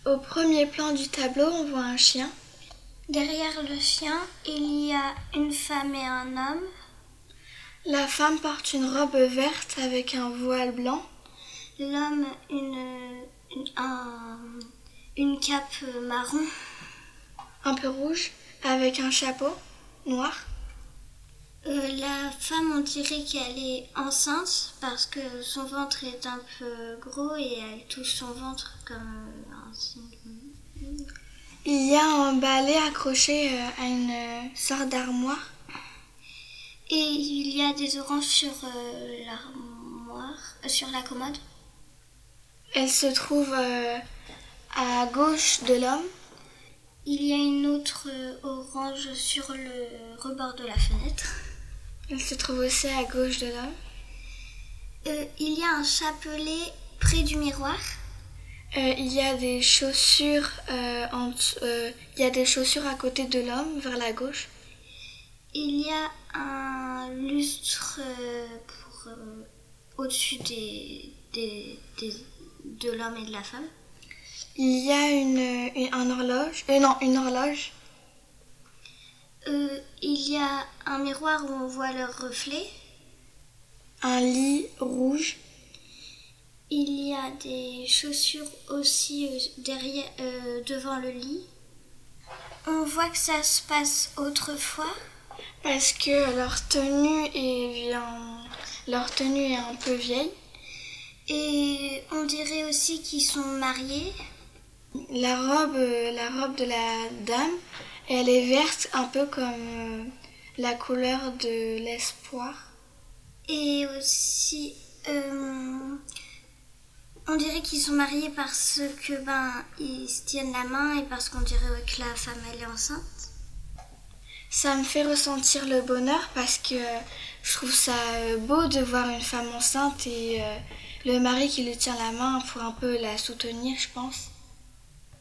Au premier plan du tableau, on voit un chien. Derrière le chien, il y a une femme et un homme. La femme porte une robe verte avec un voile blanc. L'homme, une cape marron. Un peu rouge, avec un chapeau noir. La femme, on dirait qu'elle est enceinte parce que son ventre est un peu gros et elle touche son ventre comme un signe. Il y a un balai accroché à une sorte d'armoire. Et il y a des oranges sur l'armoire, sur la commode. Elle se trouve à gauche de l'homme. Il y a une autre orange sur le rebord de la fenêtre. Elle se trouve aussi à gauche de l'homme. Il y a un chapelet près du miroir. Il y a des chaussures à côté de l'homme, vers la gauche. Il y a un lustre au-dessus de l'homme et de la femme. Il y a une horloge. Il y a un miroir où on voit leur reflet. Un lit rouge. Il y a des chaussures aussi devant le lit. On voit que ça se passe autrefois. Parce que leur tenue est un peu vieille. Et on dirait aussi qu'ils sont mariés. La robe de la dame, elle est verte, un peu comme la couleur de l'espoir. Et aussi, on dirait qu'ils sont mariés parce que ils se tiennent la main et parce qu'on dirait que la femme elle est enceinte. Ça me fait ressentir le bonheur parce que je trouve ça beau de voir une femme enceinte et le mari qui lui tient la main pour un peu la soutenir, je pense.